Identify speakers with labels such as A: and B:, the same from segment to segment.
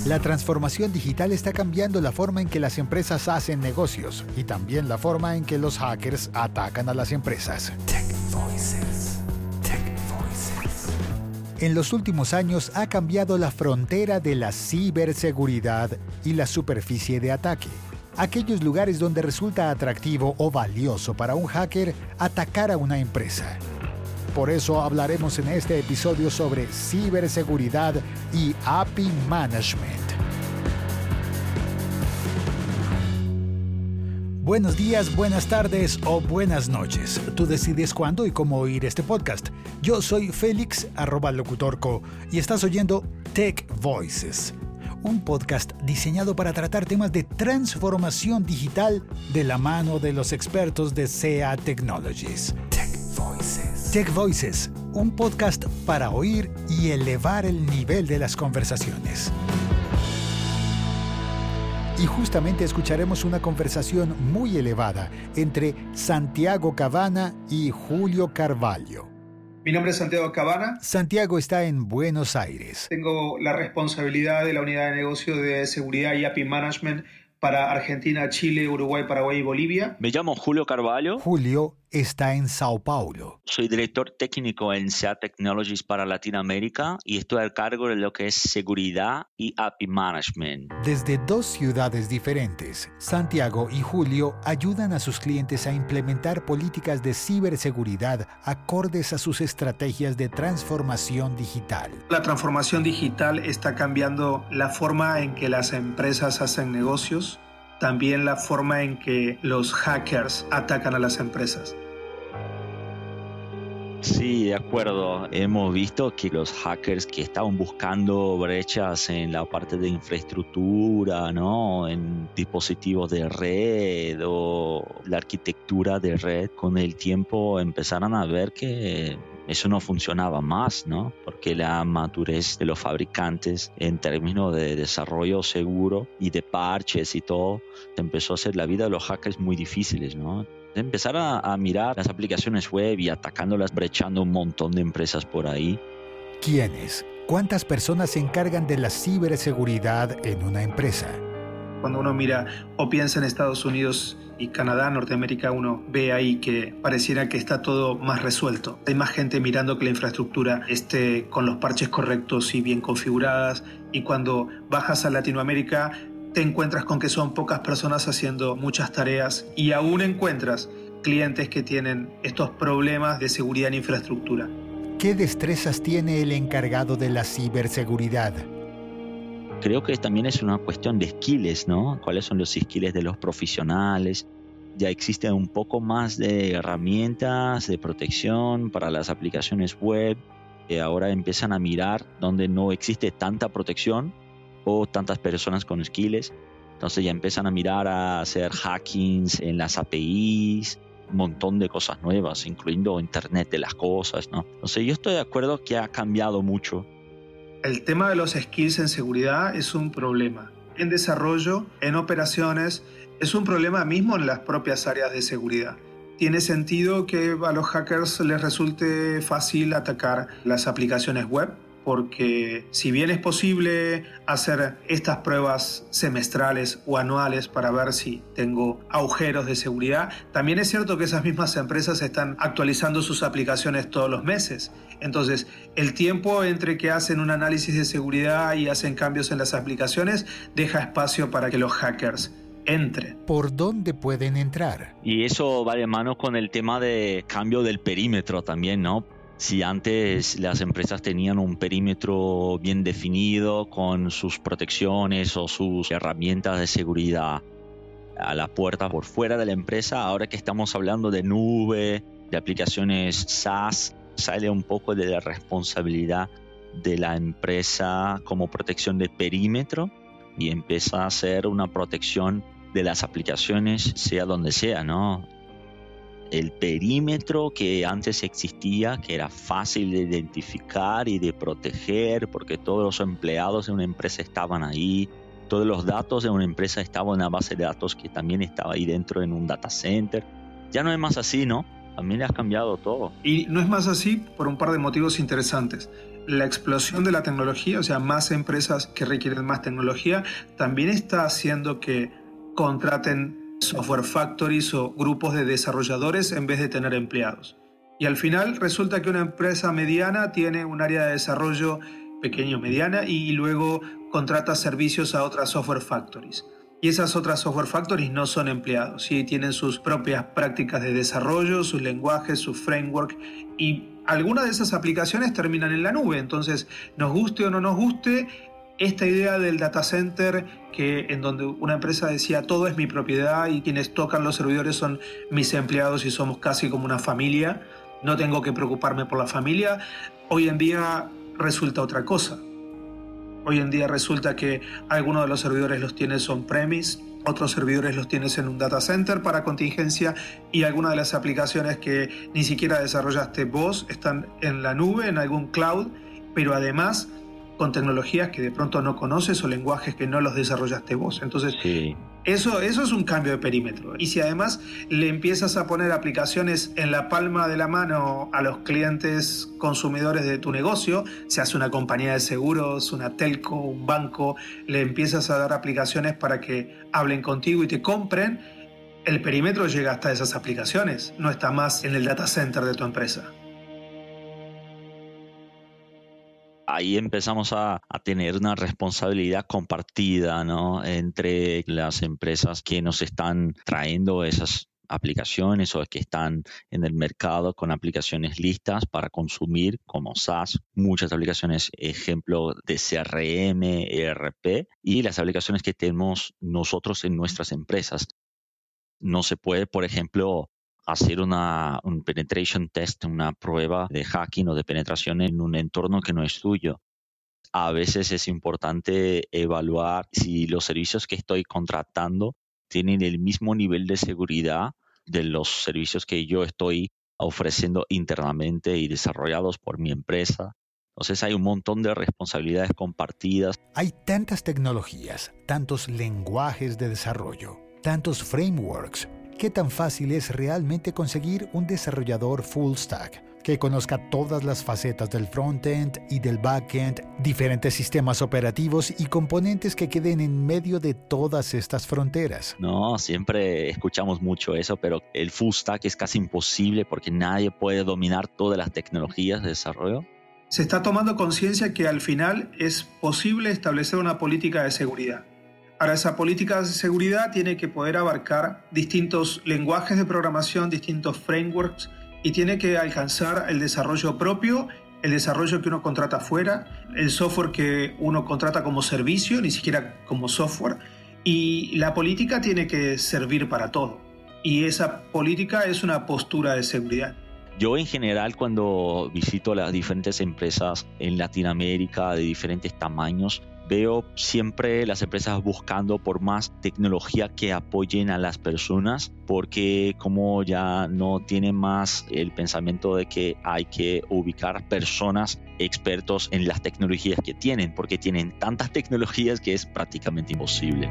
A: La transformación digital está cambiando la forma en que las empresas hacen negocios y también la forma en que los hackers atacan a las empresas. Tech Voices. En los últimos años ha cambiado la frontera de la ciberseguridad y la superficie de ataque. Aquellos lugares donde resulta atractivo o valioso para un hacker atacar a una empresa. Por eso hablaremos en este episodio sobre ciberseguridad y API Management. Buenos días, buenas tardes o buenas noches. Tú decides cuándo y cómo oír este podcast. Yo soy Félix, @locutorco, y estás oyendo Tech Voices, un podcast diseñado para tratar temas de transformación digital de la mano de los expertos de SEA Technologies. Tech Voices, un podcast para oír y elevar el nivel de las conversaciones. Y justamente escucharemos una conversación muy elevada entre Santiago Cabana y Julio Carvalho.
B: Mi nombre es Santiago Cabana.
A: Santiago está en Buenos Aires.
B: Tengo la responsabilidad de la unidad de negocio de seguridad y API Management para Argentina, Chile, Uruguay, Paraguay y Bolivia.
C: Me llamo Julio Carvalho.
A: Julio está en Sao Paulo.
C: Soy director técnico en SEA Technologies para Latinoamérica y estoy al cargo de lo que es seguridad y API Management.
A: Desde dos ciudades diferentes, Santiago y Julio ayudan a sus clientes a implementar políticas de ciberseguridad acordes a sus estrategias de transformación digital.
B: La transformación digital está cambiando la forma en que las empresas hacen negocios, también la forma en que los hackers atacan a las empresas.
C: Sí, de acuerdo. Hemos visto que los hackers que estaban buscando brechas en la parte de infraestructura, ¿no? En dispositivos de red o la arquitectura de red, con el tiempo empezaron a ver que eso no funcionaba más, ¿no? Porque la madurez de los fabricantes en términos de desarrollo seguro y de parches y todo, empezó a hacer la vida de los hackers muy difíciles, ¿no? Empezar a mirar las aplicaciones web y atacándolas, brechando un montón de empresas por ahí.
A: ¿Quiénes? ¿Cuántas personas se encargan de la ciberseguridad en una empresa?
B: Cuando uno mira o piensa en Estados Unidos y Canadá, Norteamérica, uno ve ahí que pareciera que está todo más resuelto. Hay más gente mirando que la infraestructura esté con los parches correctos y bien configuradas. Y cuando bajas a Latinoamérica, te encuentras con que son pocas personas haciendo muchas tareas y aún encuentras clientes que tienen estos problemas de seguridad en infraestructura.
A: ¿Qué destrezas tiene el encargado de la ciberseguridad?
C: Creo que también es una cuestión de skills, ¿no? ¿Cuáles son los skills de los profesionales? Ya existe un poco más de herramientas de protección para las aplicaciones web que ahora empiezan a mirar donde no existe tanta protección o tantas personas con skills. Entonces ya empiezan a mirar a hacer hackings en las APIs, un montón de cosas nuevas, incluyendo Internet de las cosas, ¿no? Entonces yo estoy de acuerdo que ha cambiado mucho.
B: El tema de los skills en seguridad es un problema. En desarrollo, en operaciones, es un problema mismo en las propias áreas de seguridad. Tiene sentido que a los hackers les resulte fácil atacar las aplicaciones web, porque si bien es posible hacer estas pruebas semestrales o anuales para ver si tengo agujeros de seguridad, también es cierto que esas mismas empresas están actualizando sus aplicaciones todos los meses. Entonces, el tiempo entre que hacen un análisis de seguridad y hacen cambios en las aplicaciones deja espacio para que los hackers entren.
A: ¿Por dónde pueden entrar?
C: Y eso va de mano con el tema de cambio del perímetro también, ¿no? Si antes las empresas tenían un perímetro bien definido con sus protecciones o sus herramientas de seguridad a la puerta por fuera de la empresa, ahora que estamos hablando de nube, de aplicaciones SaaS, sale un poco de la responsabilidad de la empresa como protección de perímetro y empieza a ser una protección de las aplicaciones, sea donde sea, ¿no? El perímetro que antes existía, que era fácil de identificar y de proteger, porque todos los empleados de una empresa estaban ahí, todos los datos de una empresa estaban en una base de datos que también estaba ahí dentro en un data center. Ya no es más así, ¿no? También has cambiado todo.
B: Y no es más así por un par de motivos interesantes. La explosión de la tecnología, o sea, más empresas que requieren más tecnología, también está haciendo que contraten software factories o grupos de desarrolladores en vez de tener empleados. Y al final resulta que una empresa mediana tiene un área de desarrollo pequeño, mediana, y luego contrata servicios a otras software factories. Y esas otras software factories no son empleados, ¿sí? Tienen sus propias prácticas de desarrollo, sus lenguajes, su framework, y algunas de esas aplicaciones terminan en la nube. Entonces, nos guste o no nos guste, esta idea del data center, en donde una empresa decía todo es mi propiedad y quienes tocan los servidores son mis empleados y somos casi como una familia, no tengo que preocuparme por la familia, hoy en día resulta otra cosa. Hoy en día resulta que algunos de los servidores los tienes on-premise, otros servidores los tienes en un data center para contingencia, y algunas de las aplicaciones que ni siquiera desarrollaste vos están en la nube, en algún cloud, pero además con tecnologías que de pronto no conoces o lenguajes que no los desarrollaste vos. Entonces,
C: Sí.
B: Eso es un cambio de perímetro. Y si además le empiezas a poner aplicaciones en la palma de la mano a los clientes consumidores de tu negocio, seas una compañía de seguros, una telco, un banco, le empiezas a dar aplicaciones para que hablen contigo y te compren, el perímetro llega hasta esas aplicaciones, no está más en el data center de tu empresa.
C: Ahí empezamos a tener una responsabilidad compartida, ¿no? Entre las empresas que nos están trayendo esas aplicaciones o que están en el mercado con aplicaciones listas para consumir como SaaS, muchas aplicaciones, ejemplo de CRM, ERP, y las aplicaciones que tenemos nosotros en nuestras empresas. No se puede, por ejemplo, hacer un penetration test, una prueba de hacking o de penetración en un entorno que no es tuyo. A veces es importante evaluar si los servicios que estoy contratando tienen el mismo nivel de seguridad de los servicios que yo estoy ofreciendo internamente y desarrollados por mi empresa. Entonces hay un montón de responsabilidades compartidas.
A: Hay tantas tecnologías, tantos lenguajes de desarrollo, tantos frameworks. ¿Qué tan fácil es realmente conseguir un desarrollador full stack que conozca todas las facetas del frontend y del backend, diferentes sistemas operativos y componentes que queden en medio de todas estas fronteras?
C: No, siempre escuchamos mucho eso, pero el full stack es casi imposible porque nadie puede dominar todas las tecnologías de desarrollo.
B: Se está tomando conciencia que al final es posible establecer una política de seguridad. Ahora, esa política de seguridad tiene que poder abarcar distintos lenguajes de programación, distintos frameworks, y tiene que alcanzar el desarrollo propio, el desarrollo que uno contrata afuera, el software que uno contrata como servicio, ni siquiera como software, y la política tiene que servir para todo. Y esa política es una postura de seguridad.
C: Yo en general cuando visito las diferentes empresas en Latinoamérica de diferentes tamaños, veo siempre las empresas buscando por más tecnología que apoyen a las personas, porque como ya no tienen más el pensamiento de que hay que ubicar personas expertos en las tecnologías que tienen, porque tienen tantas tecnologías que es prácticamente imposible.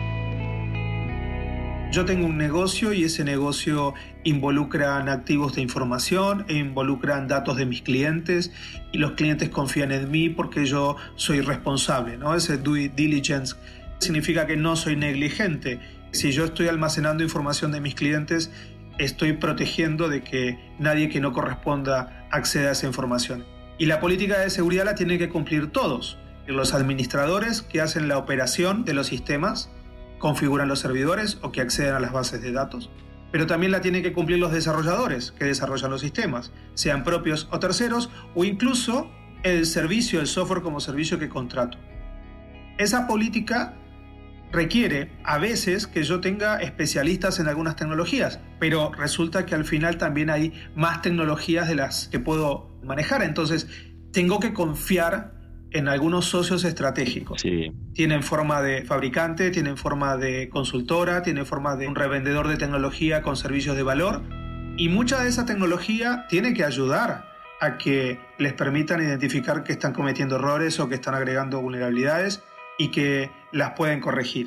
B: Yo tengo un negocio y ese negocio involucra activos de información e involucran datos de mis clientes, y los clientes confían en mí porque yo soy responsable, ¿no? Ese due diligence significa que no soy negligente. Si yo estoy almacenando información de mis clientes, estoy protegiendo de que nadie que no corresponda acceda a esa información. Y la política de seguridad la tienen que cumplir todos. Los administradores que hacen la operación de los sistemas, configuran los servidores o que acceden a las bases de datos, pero también la tienen que cumplir los desarrolladores que desarrollan los sistemas, sean propios o terceros, o incluso el servicio, el software como servicio que contrato. Esa política requiere a veces que yo tenga especialistas en algunas tecnologías, pero resulta que al final también hay más tecnologías de las que puedo manejar, entonces tengo que confiar en algunos socios estratégicos.
C: Sí.
B: Tienen forma de fabricante, tienen forma de consultora, tienen forma de un revendedor de tecnología con servicios de valor, y mucha de esa tecnología tiene que ayudar a que les permitan identificar que están cometiendo errores o que están agregando vulnerabilidades y que las pueden corregir.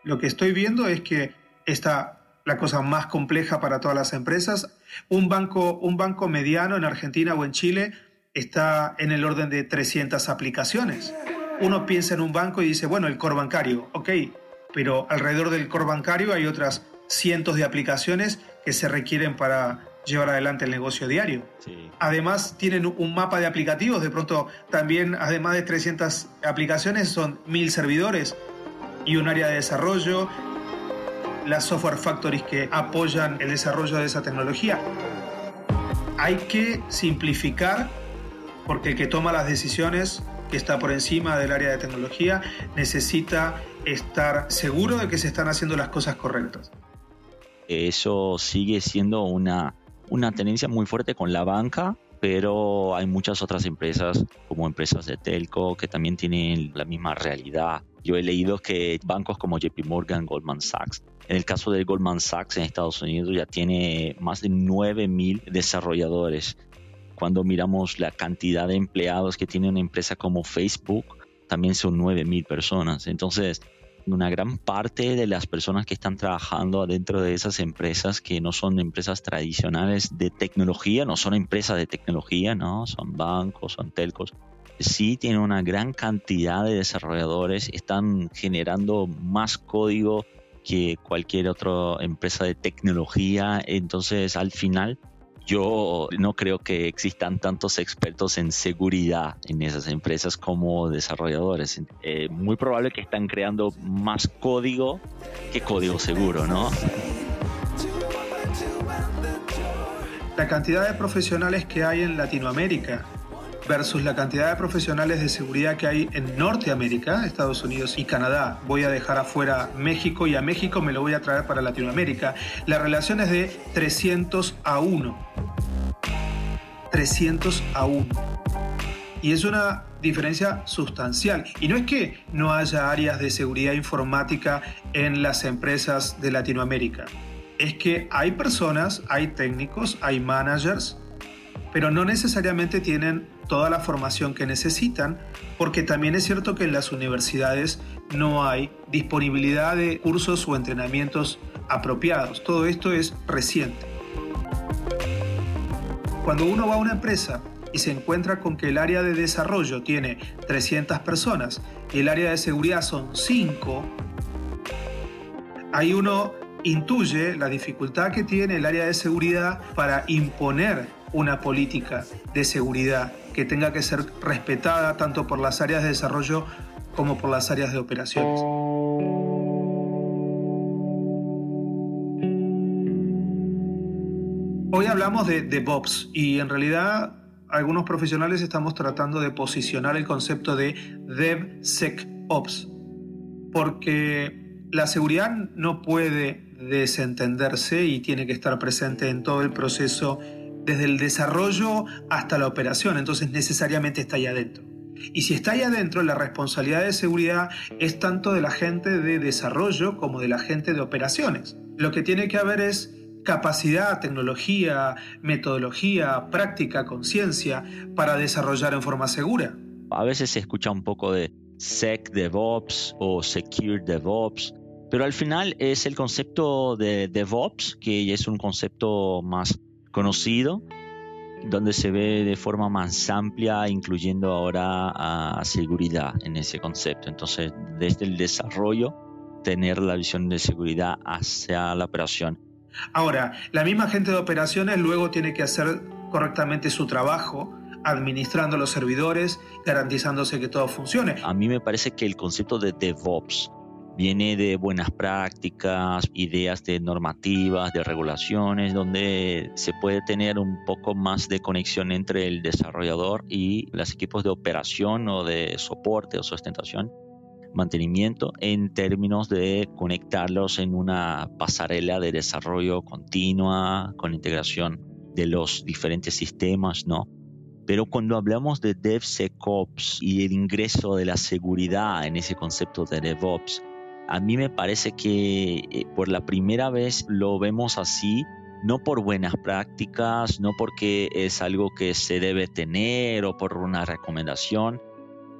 B: Lo que estoy viendo es que está la cosa más compleja para todas las empresas. Un banco mediano en Argentina o en Chile está en el orden de 300 aplicaciones. Uno piensa en un banco y dice, bueno, el core bancario, ok, pero alrededor del core bancario hay otras cientos de aplicaciones que se requieren para llevar adelante el negocio diario. Sí. Además, tienen un mapa de aplicativos, de pronto también, además de 300 aplicaciones, son 1000 servidores y un área de desarrollo, las software factories que apoyan el desarrollo de esa tecnología. Hay que simplificar, porque el que toma las decisiones, que está por encima del área de tecnología, necesita estar seguro de que se están haciendo las cosas correctas.
C: Eso sigue siendo una tendencia muy fuerte con la banca, pero hay muchas otras empresas, como empresas de telco, que también tienen la misma realidad. Yo he leído que bancos como JP Morgan, Goldman Sachs, en el caso de Goldman Sachs en Estados Unidos ya tiene más de 9,000 desarrolladores. Cuando miramos la cantidad de empleados que tiene una empresa como Facebook, también son 9,000 personas. Entonces, una gran parte de las personas que están trabajando dentro de esas empresas, que no son empresas tradicionales de tecnología, no son empresas de tecnología, ¿no? Son bancos, son telcos. Sí tienen una gran cantidad de desarrolladores, están generando más código que cualquier otra empresa de tecnología. Entonces, al final, yo no creo que existan tantos expertos en seguridad en esas empresas como desarrolladores. Muy probable que están creando más código que código seguro, ¿no?
B: La cantidad de profesionales que hay en Latinoamérica versus la cantidad de profesionales de seguridad que hay en Norteamérica, Estados Unidos y Canadá. Voy a dejar afuera México y a México me lo voy a traer para Latinoamérica. La relación es de 300-1. 300-1. Y es una diferencia sustancial. Y no es que no haya áreas de seguridad informática en las empresas de Latinoamérica. Es que hay personas, hay técnicos, hay managers, pero no necesariamente tienen toda la formación que necesitan, porque también es cierto que en las universidades no hay disponibilidad de cursos o entrenamientos apropiados. Todo esto es reciente. Cuando uno va a una empresa y se encuentra con que el área de desarrollo tiene 300 personas y el área de seguridad son 5, ahí uno intuye la dificultad que tiene el área de seguridad para imponer una política de seguridad que tenga que ser respetada tanto por las áreas de desarrollo como por las áreas de operaciones. Hoy hablamos de DevOps y en realidad algunos profesionales estamos tratando de posicionar el concepto de DevSecOps, porque la seguridad no puede desentenderse y tiene que estar presente en todo el proceso, desde el desarrollo hasta la operación. Entonces necesariamente está ahí adentro. Y si está ahí adentro, la responsabilidad de seguridad es tanto de la gente de desarrollo como de la gente de operaciones. Lo que tiene que haber es capacidad, tecnología, metodología, práctica, conciencia para desarrollar en forma segura.
C: A veces se escucha un poco de SecDevOps o Secure DevOps, pero al final es el concepto de DevOps, que es un concepto más conocido, donde se ve de forma más amplia, incluyendo ahora a seguridad en ese concepto. Entonces, desde el desarrollo, tener la visión de seguridad hacia la operación.
B: Ahora, la misma gente de operaciones luego tiene que hacer correctamente su trabajo, administrando los servidores, garantizándose que todo funcione.
C: A mí me parece que el concepto de DevOps viene de buenas prácticas, ideas de normativas, de regulaciones, donde se puede tener un poco más de conexión entre el desarrollador y los equipos de operación o de soporte o sustentación, mantenimiento, en términos de conectarlos en una pasarela de desarrollo continua con integración de los diferentes sistemas, ¿no? Pero cuando hablamos de DevSecOps y el ingreso de la seguridad en ese concepto de DevOps, a mí me parece que por la primera vez lo vemos así, no por buenas prácticas, no porque es algo que se debe tener o por una recomendación,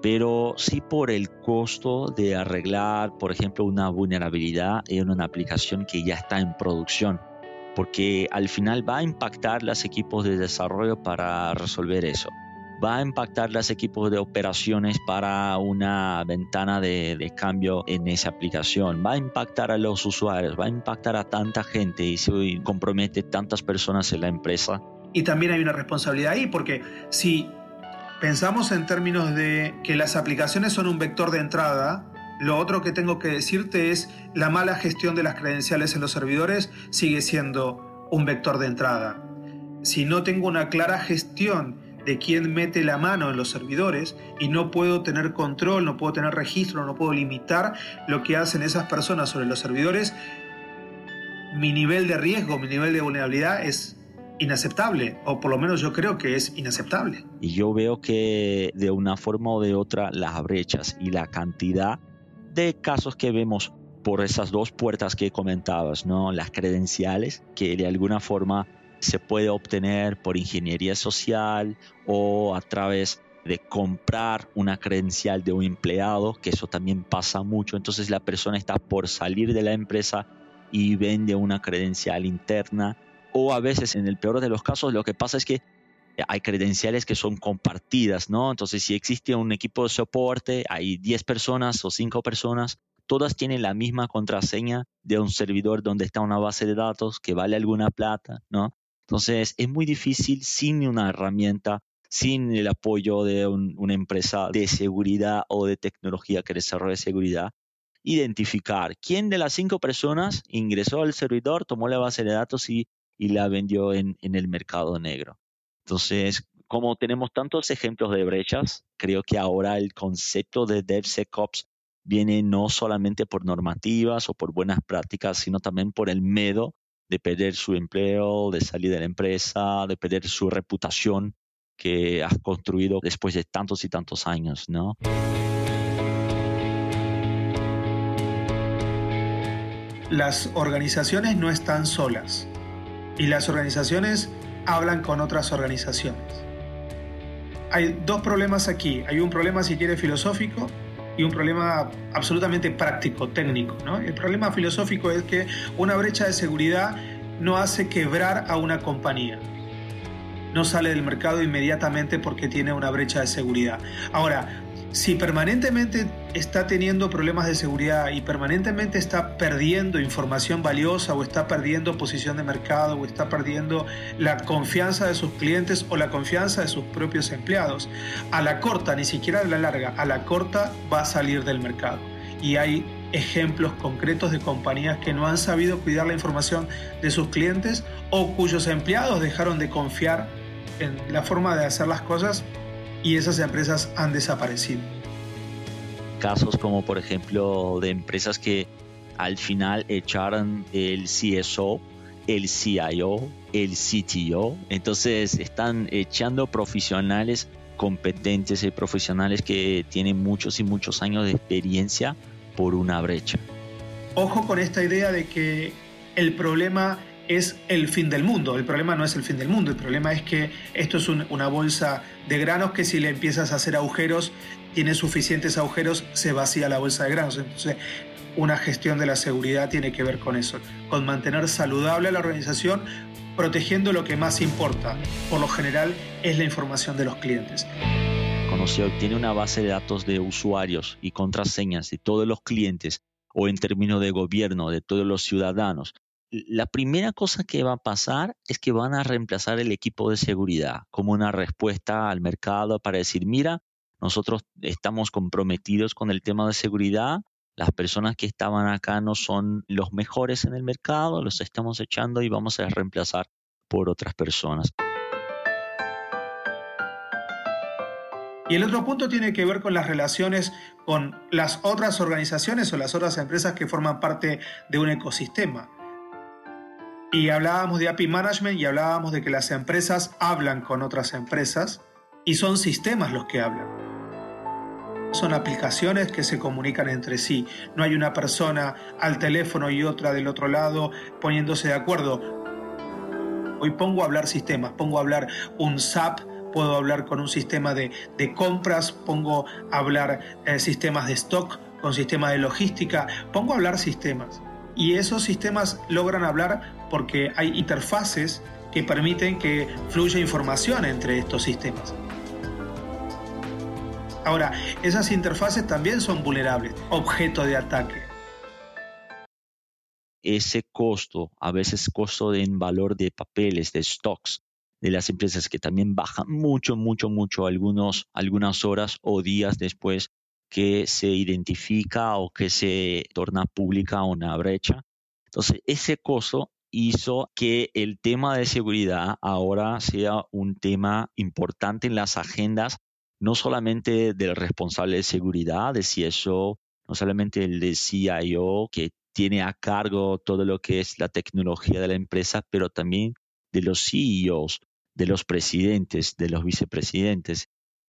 C: pero sí por el costo de arreglar, por ejemplo, una vulnerabilidad en una aplicación que ya está en producción, porque al final va a impactar los equipos de desarrollo para resolver eso. Va a impactar los equipos de operaciones para una ventana de cambio en esa aplicación. Va a impactar a los usuarios, va a impactar a tanta gente y se compromete tantas personas en la empresa.
B: Y también hay una responsabilidad ahí, porque si pensamos en términos de que las aplicaciones son un vector de entrada, lo otro que tengo que decirte es la mala gestión de las credenciales en los servidores sigue siendo un vector de entrada. Si no tengo una clara gestión de quién mete la mano en los servidores y no puedo tener control, no puedo tener registro, no puedo limitar lo que hacen esas personas sobre los servidores, mi nivel de riesgo, mi nivel de vulnerabilidad es inaceptable, o por lo menos yo creo que es inaceptable.
C: Y yo veo que de una forma o de otra las brechas y la cantidad de casos que vemos por esas dos puertas que comentabas, ¿no? Las credenciales que de alguna forma se puede obtener por ingeniería social o a través de comprar una credencial de un empleado, que eso también pasa mucho. Entonces la persona está por salir de la empresa y vende una credencial interna, o a veces en el peor de los casos lo que pasa es que hay credenciales que son compartidas, ¿no? Entonces si existe un equipo de soporte, hay 10 personas o 5 personas, todas tienen la misma contraseña de un servidor donde está una base de datos que vale alguna plata, ¿no? Entonces es muy difícil sin una herramienta, sin el apoyo de una empresa de seguridad o de tecnología que desarrolle seguridad, identificar quién de las 5 personas ingresó al servidor, tomó la base de datos y la vendió en el mercado negro. Entonces, como tenemos tantos ejemplos de brechas, creo que ahora el concepto de DevSecOps viene no solamente por normativas o por buenas prácticas, sino también por el miedo de perder su empleo, de salir de la empresa, de perder su reputación que has construido después de tantos y tantos años, ¿no?
B: Las organizaciones no están solas y las organizaciones hablan con otras organizaciones. Hay dos problemas aquí. Hay un problema, si quiere, filosófico y un problema absolutamente práctico, técnico, ¿no? El problema filosófico es que una brecha de seguridad no hace quebrar a una compañía. No sale del mercado inmediatamente porque tiene una brecha de seguridad. Ahora, si permanentemente está teniendo problemas de seguridad y permanentemente está perdiendo información valiosa o está perdiendo posición de mercado o está perdiendo la confianza de sus clientes o la confianza de sus propios empleados, a la corta, ni siquiera a la larga, a la corta va a salir del mercado. Y hay ejemplos concretos de compañías que no han sabido cuidar la información de sus clientes o cuyos empleados dejaron de confiar en la forma de hacer las cosas y esas empresas han desaparecido.
C: Casos como por ejemplo de empresas que al final echaron el CSO, el CIO, el CTO. Entonces están echando profesionales competentes y profesionales que tienen muchos y muchos años de experiencia por una brecha.
B: Ojo con esta idea de que el problema es el fin del mundo. El problema no es el fin del mundo, el problema es que esto es una bolsa de granos que si le empiezas a hacer agujeros, tiene suficientes agujeros, se vacía la bolsa de granos. Entonces, una gestión de la seguridad tiene que ver con eso, con mantener saludable a la organización, protegiendo lo que más importa. Por lo general, es la información de los clientes.
C: Cuando se obtiene una base de datos de usuarios y contraseñas de todos los clientes, o en términos de gobierno, de todos los ciudadanos, la primera cosa que va a pasar es que van a reemplazar el equipo de seguridad como una respuesta al mercado para decir, mira, nosotros estamos comprometidos con el tema de seguridad, las personas que estaban acá no son los mejores en el mercado, los estamos echando y vamos a reemplazar por otras personas.
B: Y el otro punto tiene que ver con las relaciones con las otras organizaciones o las otras empresas que forman parte de un ecosistema. Y hablábamos de API Management y hablábamos de que las empresas hablan con otras empresas y son sistemas los que hablan. Son aplicaciones que se comunican entre sí. No hay una persona al teléfono y otra del otro lado poniéndose de acuerdo. Hoy pongo a hablar sistemas, pongo a hablar un SAP, puedo hablar con un sistema de compras, pongo a hablar sistemas de stock, con sistemas de logística, pongo a hablar sistemas. Y esos sistemas logran hablar porque hay interfaces que permiten que fluya información entre estos sistemas. Ahora, esas interfaces también son vulnerables, objeto de ataque.
C: Ese costo, a veces costo en valor de papeles, de stocks, de las empresas que también bajan mucho algunas horas o días después que se identifica o que se torna pública una brecha. Entonces, ese costo hizo que el tema de seguridad ahora sea un tema importante en las agendas, no solamente del responsable de seguridad, de CSO, no solamente el de CIO, que tiene a cargo todo lo que es la tecnología de la empresa, pero también de los CEOs, de los presidentes, de los vicepresidentes.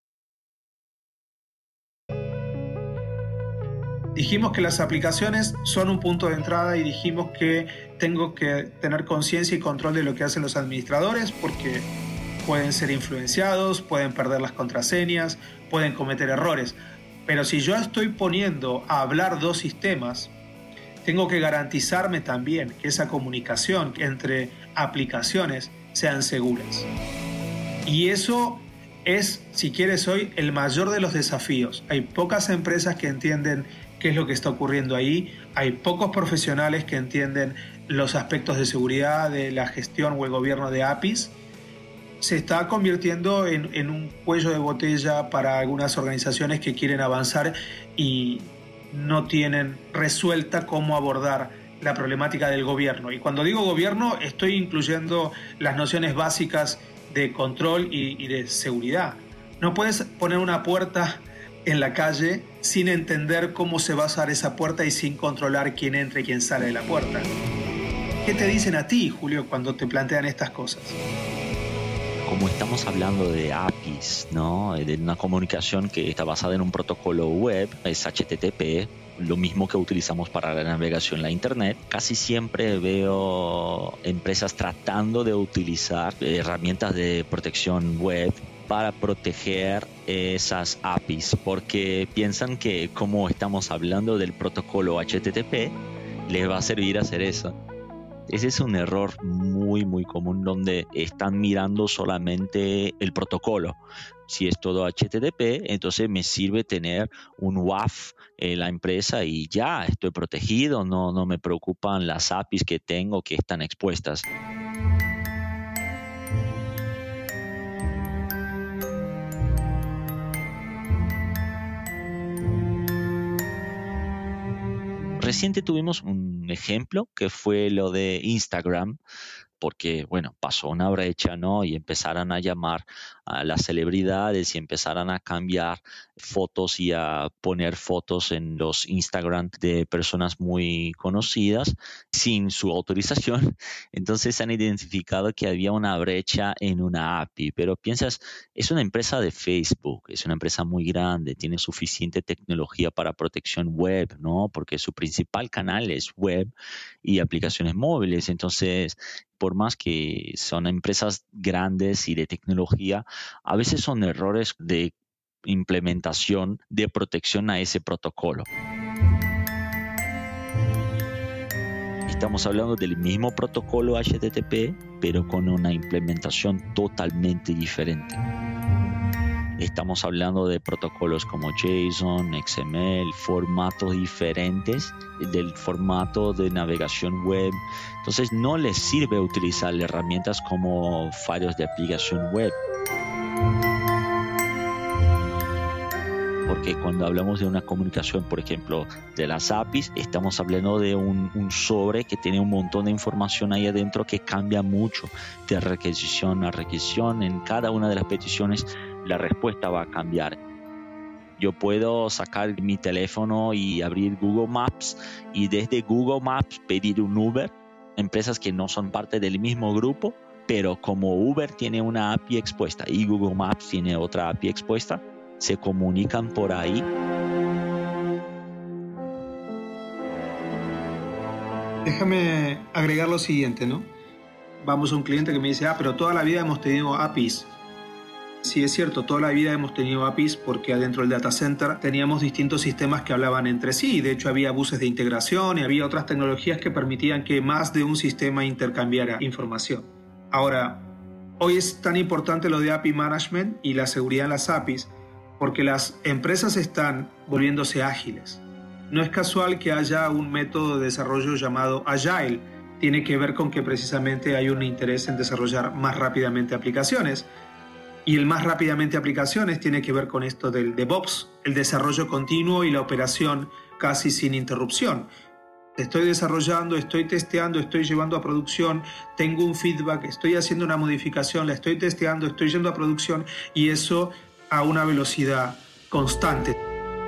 B: Dijimos que las aplicaciones son un punto de entrada y dijimos que tengo que tener conciencia y control de lo que hacen los administradores porque pueden ser influenciados, pueden perder las contraseñas, pueden cometer errores. Pero si yo estoy poniendo a hablar dos sistemas, tengo que garantizarme también que esa comunicación entre aplicaciones sean seguras. Y eso es, si quieres hoy, el mayor de los desafíos. Hay pocas empresas que entienden qué es lo que está ocurriendo ahí. Hay pocos profesionales que entienden los aspectos de seguridad, de la gestión o el gobierno de APIs. Se está convirtiendo en un cuello de botella para algunas organizaciones que quieren avanzar y no tienen resuelta cómo abordar la problemática del gobierno. Y cuando digo gobierno, estoy incluyendo las nociones básicas de control y de seguridad. No puedes poner una puerta en la calle sin entender cómo se va a usar esa puerta y sin controlar quién entra y quién sale de la puerta. ¿Qué te dicen a ti, Julio, cuando te plantean estas cosas?
C: Como estamos hablando de APIs, ¿no? De una comunicación que está basada en un protocolo web, es HTTP, lo mismo que utilizamos para la navegación en la Internet, casi siempre veo empresas tratando de utilizar herramientas de protección web para proteger esas APIs, porque piensan que como estamos hablando del protocolo HTTP, les va a servir hacer eso. Ese es un error muy común donde están mirando solamente el protocolo. Si es todo HTTP, entonces me sirve tener un WAF en la empresa y ya estoy protegido, no me preocupan las APIs que tengo que están expuestas. Reciente tuvimos un ejemplo que fue lo de Instagram, porque, bueno, pasó una brecha, ¿no? Y empezaron a llamar a las celebridades y empezaron a cambiar fotos y a poner fotos en los Instagram de personas muy conocidas sin su autorización. Entonces han identificado que había una brecha en una API. Pero piensas, es una empresa de Facebook, es una empresa muy grande, tiene suficiente tecnología para protección web, ¿no? Porque su principal canal es web y aplicaciones móviles. Entonces, por más que son empresas grandes y de tecnología, a veces son errores de implementación de protección a ese protocolo. Estamos hablando del mismo protocolo HTTP, pero con una implementación totalmente diferente. Estamos hablando de protocolos como JSON, XML, formatos diferentes del formato de navegación web. Entonces no les sirve utilizar herramientas como fallos de aplicación web. Porque cuando hablamos de una comunicación, por ejemplo, de las APIs, estamos hablando de un sobre que tiene un montón de información ahí adentro que cambia mucho de requisición a requisición. En cada una de las peticiones la respuesta va a cambiar. Yo puedo sacar mi teléfono y abrir Google Maps y desde Google Maps pedir un Uber, empresas que no son parte del mismo grupo, pero como Uber tiene una API expuesta y Google Maps tiene otra API expuesta, se comunican por ahí.
B: Déjame agregar lo siguiente, ¿no? Vamos a un cliente que me dice, pero toda la vida hemos tenido APIs. Sí, es cierto, toda la vida hemos tenido APIs porque adentro del data center teníamos distintos sistemas que hablaban entre sí. De hecho, había buses de integración y había otras tecnologías que permitían que más de un sistema intercambiara información. Ahora, hoy es tan importante lo de API Management y la seguridad en las APIs porque las empresas están volviéndose ágiles. No es casual que haya un método de desarrollo llamado Agile. Tiene que ver con que precisamente hay un interés en desarrollar más rápidamente aplicaciones. Y el más rápidamente aplicaciones tiene que ver con esto del DevOps, el desarrollo continuo y la operación casi sin interrupción. Estoy desarrollando, estoy testeando, estoy llevando a producción, tengo un feedback, estoy haciendo una modificación, la estoy testeando, estoy yendo a producción y eso a una velocidad constante.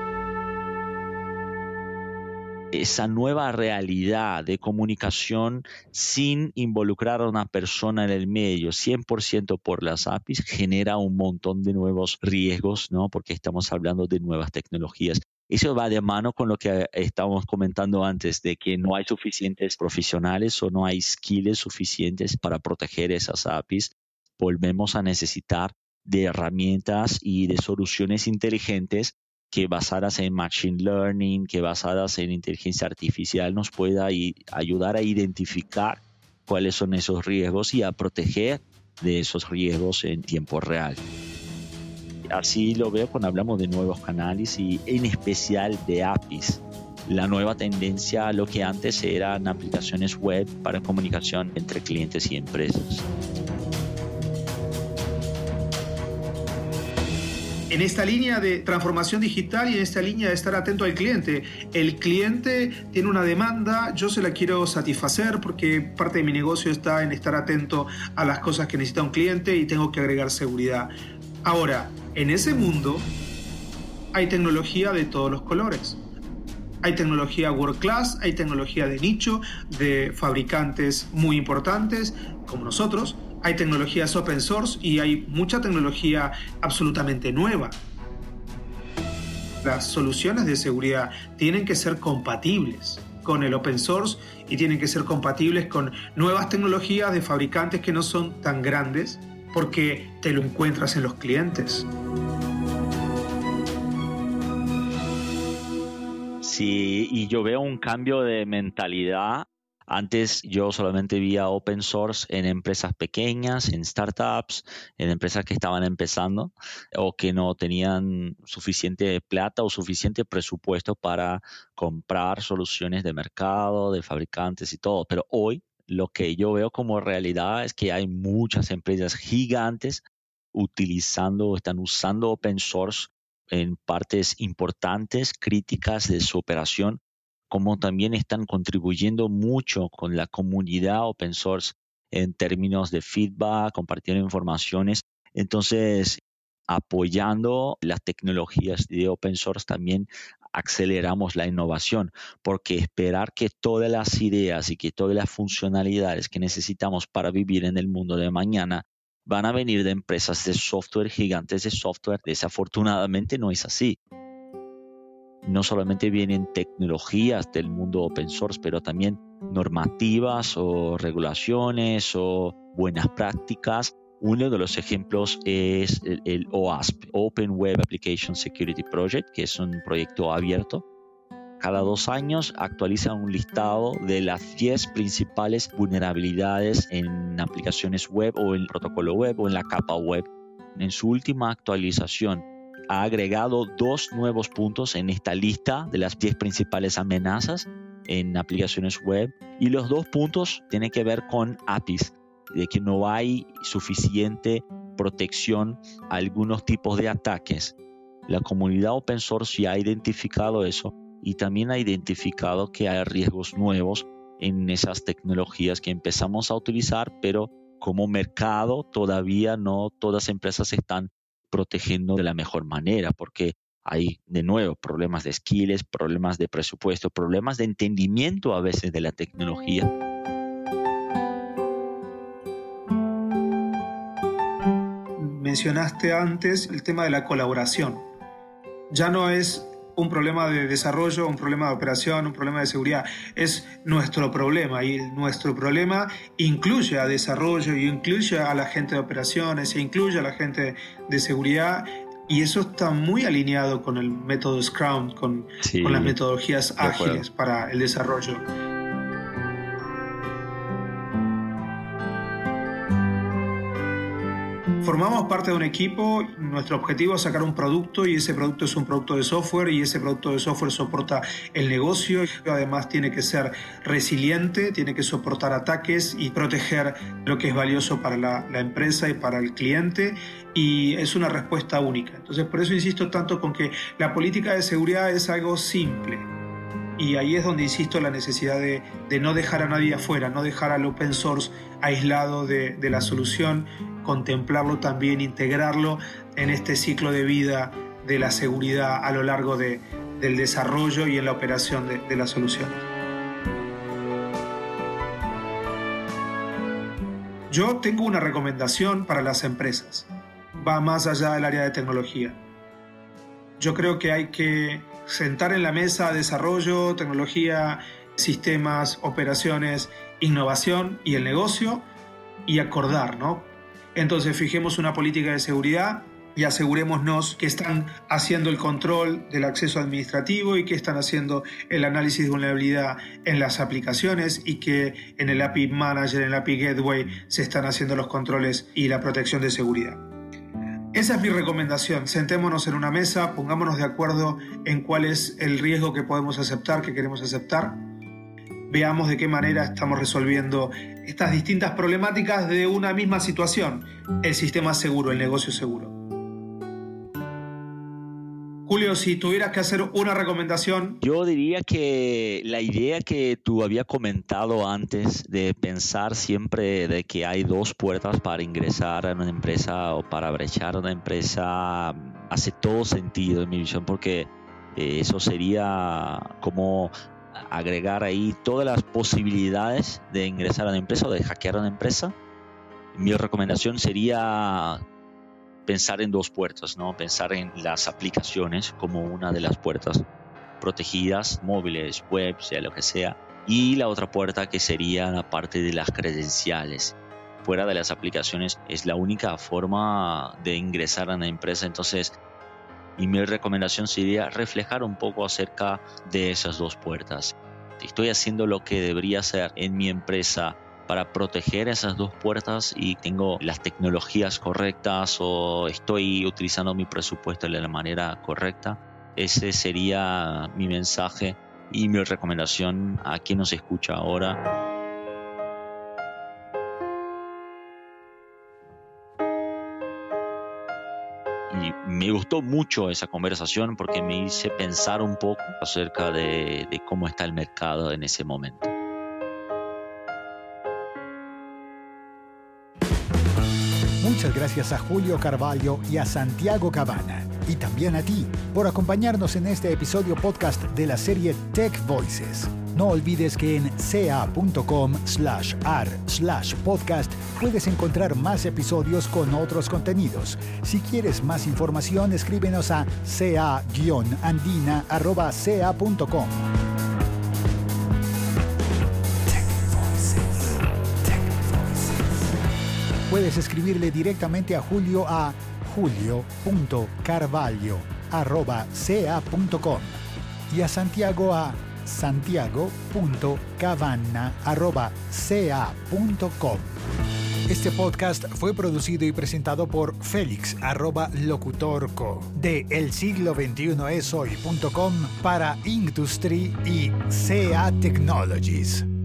C: Esa nueva realidad de comunicación sin involucrar a una persona en el medio, 100% por las APIs, genera un montón de nuevos riesgos, ¿no? Porque estamos hablando de nuevas tecnologías. Eso va de mano con lo que estábamos comentando antes, de que no hay suficientes profesionales o no hay skills suficientes para proteger esas APIs. Volvemos a necesitar de herramientas y de soluciones inteligentes que basadas en Machine Learning, que basadas en inteligencia artificial nos pueda ayudar a identificar cuáles son esos riesgos y a proteger de esos riesgos en tiempo real. Así lo veo cuando hablamos de nuevos canales y en especial de APIs. La nueva tendencia a lo que antes eran aplicaciones web para comunicación entre clientes y empresas.
B: En esta línea de transformación digital y en esta línea de estar atento al cliente. El cliente tiene una demanda, yo se la quiero satisfacer porque parte de mi negocio está en estar atento a las cosas que necesita un cliente y tengo que agregar seguridad. Ahora, en ese mundo hay tecnología de todos los colores. Hay tecnología world class, hay tecnología de nicho, de fabricantes muy importantes como nosotros. Hay tecnologías open source y hay mucha tecnología absolutamente nueva. Las soluciones de seguridad tienen que ser compatibles con el open source y tienen que ser compatibles con nuevas tecnologías de fabricantes que no son tan grandes porque te lo encuentras en los clientes.
C: Sí, y yo veo un cambio de mentalidad. Antes yo solamente veía open source en empresas pequeñas, en startups, en empresas que estaban empezando o que no tenían suficiente plata o suficiente presupuesto para comprar soluciones de mercado, de fabricantes y todo. Pero hoy lo que yo veo como realidad es que hay muchas empresas gigantes están usando open source en partes importantes, críticas de su operación, como también están contribuyendo mucho con la comunidad open source en términos de feedback, compartiendo informaciones. Entonces, apoyando las tecnologías de open source también aceleramos la innovación, porque esperar que todas las ideas y que todas las funcionalidades que necesitamos para vivir en el mundo de mañana van a venir de empresas de software, gigantes de software, desafortunadamente no es así. No solamente vienen tecnologías del mundo open source, pero también normativas o regulaciones o buenas prácticas. Uno de los ejemplos es el OWASP, Open Web Application Security Project, que es un proyecto abierto. Cada 2 años actualizan un listado de las 10 principales vulnerabilidades en aplicaciones web o en protocolo web o en la capa web. En su última actualización, ha agregado 2 nuevos puntos en esta lista de las 10 principales amenazas en aplicaciones web y los 2 puntos tienen que ver con APIs, de que no hay suficiente protección a algunos tipos de ataques. La comunidad open source ya ha identificado eso y también ha identificado que hay riesgos nuevos en esas tecnologías que empezamos a utilizar, pero como mercado todavía no todas las empresas están protegiendo de la mejor manera, porque hay de nuevo problemas de skills, problemas de presupuesto, problemas de entendimiento a veces de la tecnología.
B: Mencionaste antes el tema de la colaboración. Ya no es un problema de desarrollo, un problema de operación, un problema de seguridad. Es nuestro problema, y nuestro problema incluye a desarrollo, y incluye a la gente de operaciones, e incluye a la gente de seguridad, y eso está muy alineado con el método Scrum, con las metodologías ágiles para el desarrollo. Formamos parte de un equipo, nuestro objetivo es sacar un producto, y ese producto es un producto de software, y ese producto de software soporta el negocio, y además tiene que ser resiliente, tiene que soportar ataques y proteger lo que es valioso para la empresa y para el cliente, y es una respuesta única. Entonces, por eso insisto tanto con que la política de seguridad es algo simple. Y ahí es donde insisto la necesidad de no dejar a nadie afuera, no dejar al open source aislado de la solución, contemplarlo también, integrarlo en este ciclo de vida de la seguridad a lo largo del desarrollo y en la operación de la solución. Yo tengo una recomendación para las empresas. Va más allá del área de tecnología. Yo creo que hay que sentar en la mesa desarrollo, tecnología, sistemas, operaciones, innovación y el negocio, y acordar, ¿no? Entonces fijemos una política de seguridad y asegurémonos que están haciendo el control del acceso administrativo, y que están haciendo el análisis de vulnerabilidad en las aplicaciones, y que en el API Manager, en el API Gateway se están haciendo los controles y la protección de seguridad. Esa es mi recomendación. Sentémonos en una mesa, pongámonos de acuerdo en cuál es el riesgo que podemos aceptar, que queremos aceptar. Veamos de qué manera estamos resolviendo estas distintas problemáticas de una misma situación: el sistema seguro, el negocio seguro. Julio, si tuvieras que hacer una recomendación...
C: Yo diría que la idea que tú habías comentado antes de pensar siempre de que hay dos puertas para ingresar a una empresa o para brechar una empresa hace todo sentido en mi visión, porque eso sería como agregar ahí todas las posibilidades de ingresar a una empresa o de hackear a una empresa. Mi recomendación sería pensar en dos puertas, ¿no? Pensar en las aplicaciones como una de las puertas protegidas, móviles, web, sea lo que sea, y la otra puerta que sería la parte de las credenciales. Fuera de las aplicaciones es la única forma de ingresar a una empresa. Entonces, y mi recomendación sería reflejar un poco acerca de esas dos puertas. Estoy haciendo lo que debería hacer en mi empresa para proteger esas dos puertas, y tengo las tecnologías correctas, o estoy utilizando mi presupuesto de la manera correcta. Ese sería mi mensaje y mi recomendación a quien nos escucha ahora. Y me gustó mucho esa conversación porque me hice pensar un poco acerca de cómo está el mercado en ese momento.
A: Muchas gracias a Julio Carvalho y a Santiago Cavanna, y también a ti por acompañarnos en este episodio podcast de la serie Tech Voices. No olvides que en ca.com/ar/podcast puedes encontrar más episodios con otros contenidos. Si quieres más información, escríbenos a ca-andina@ca.com. Puedes escribirle directamente a Julio a julio.carvalho@ca.com y a Santiago a santiago.cavanna@ca.com. Este podcast fue producido y presentado por Félix @locutorco de elsiglo21eshoy.com para Industry y CA Technologies.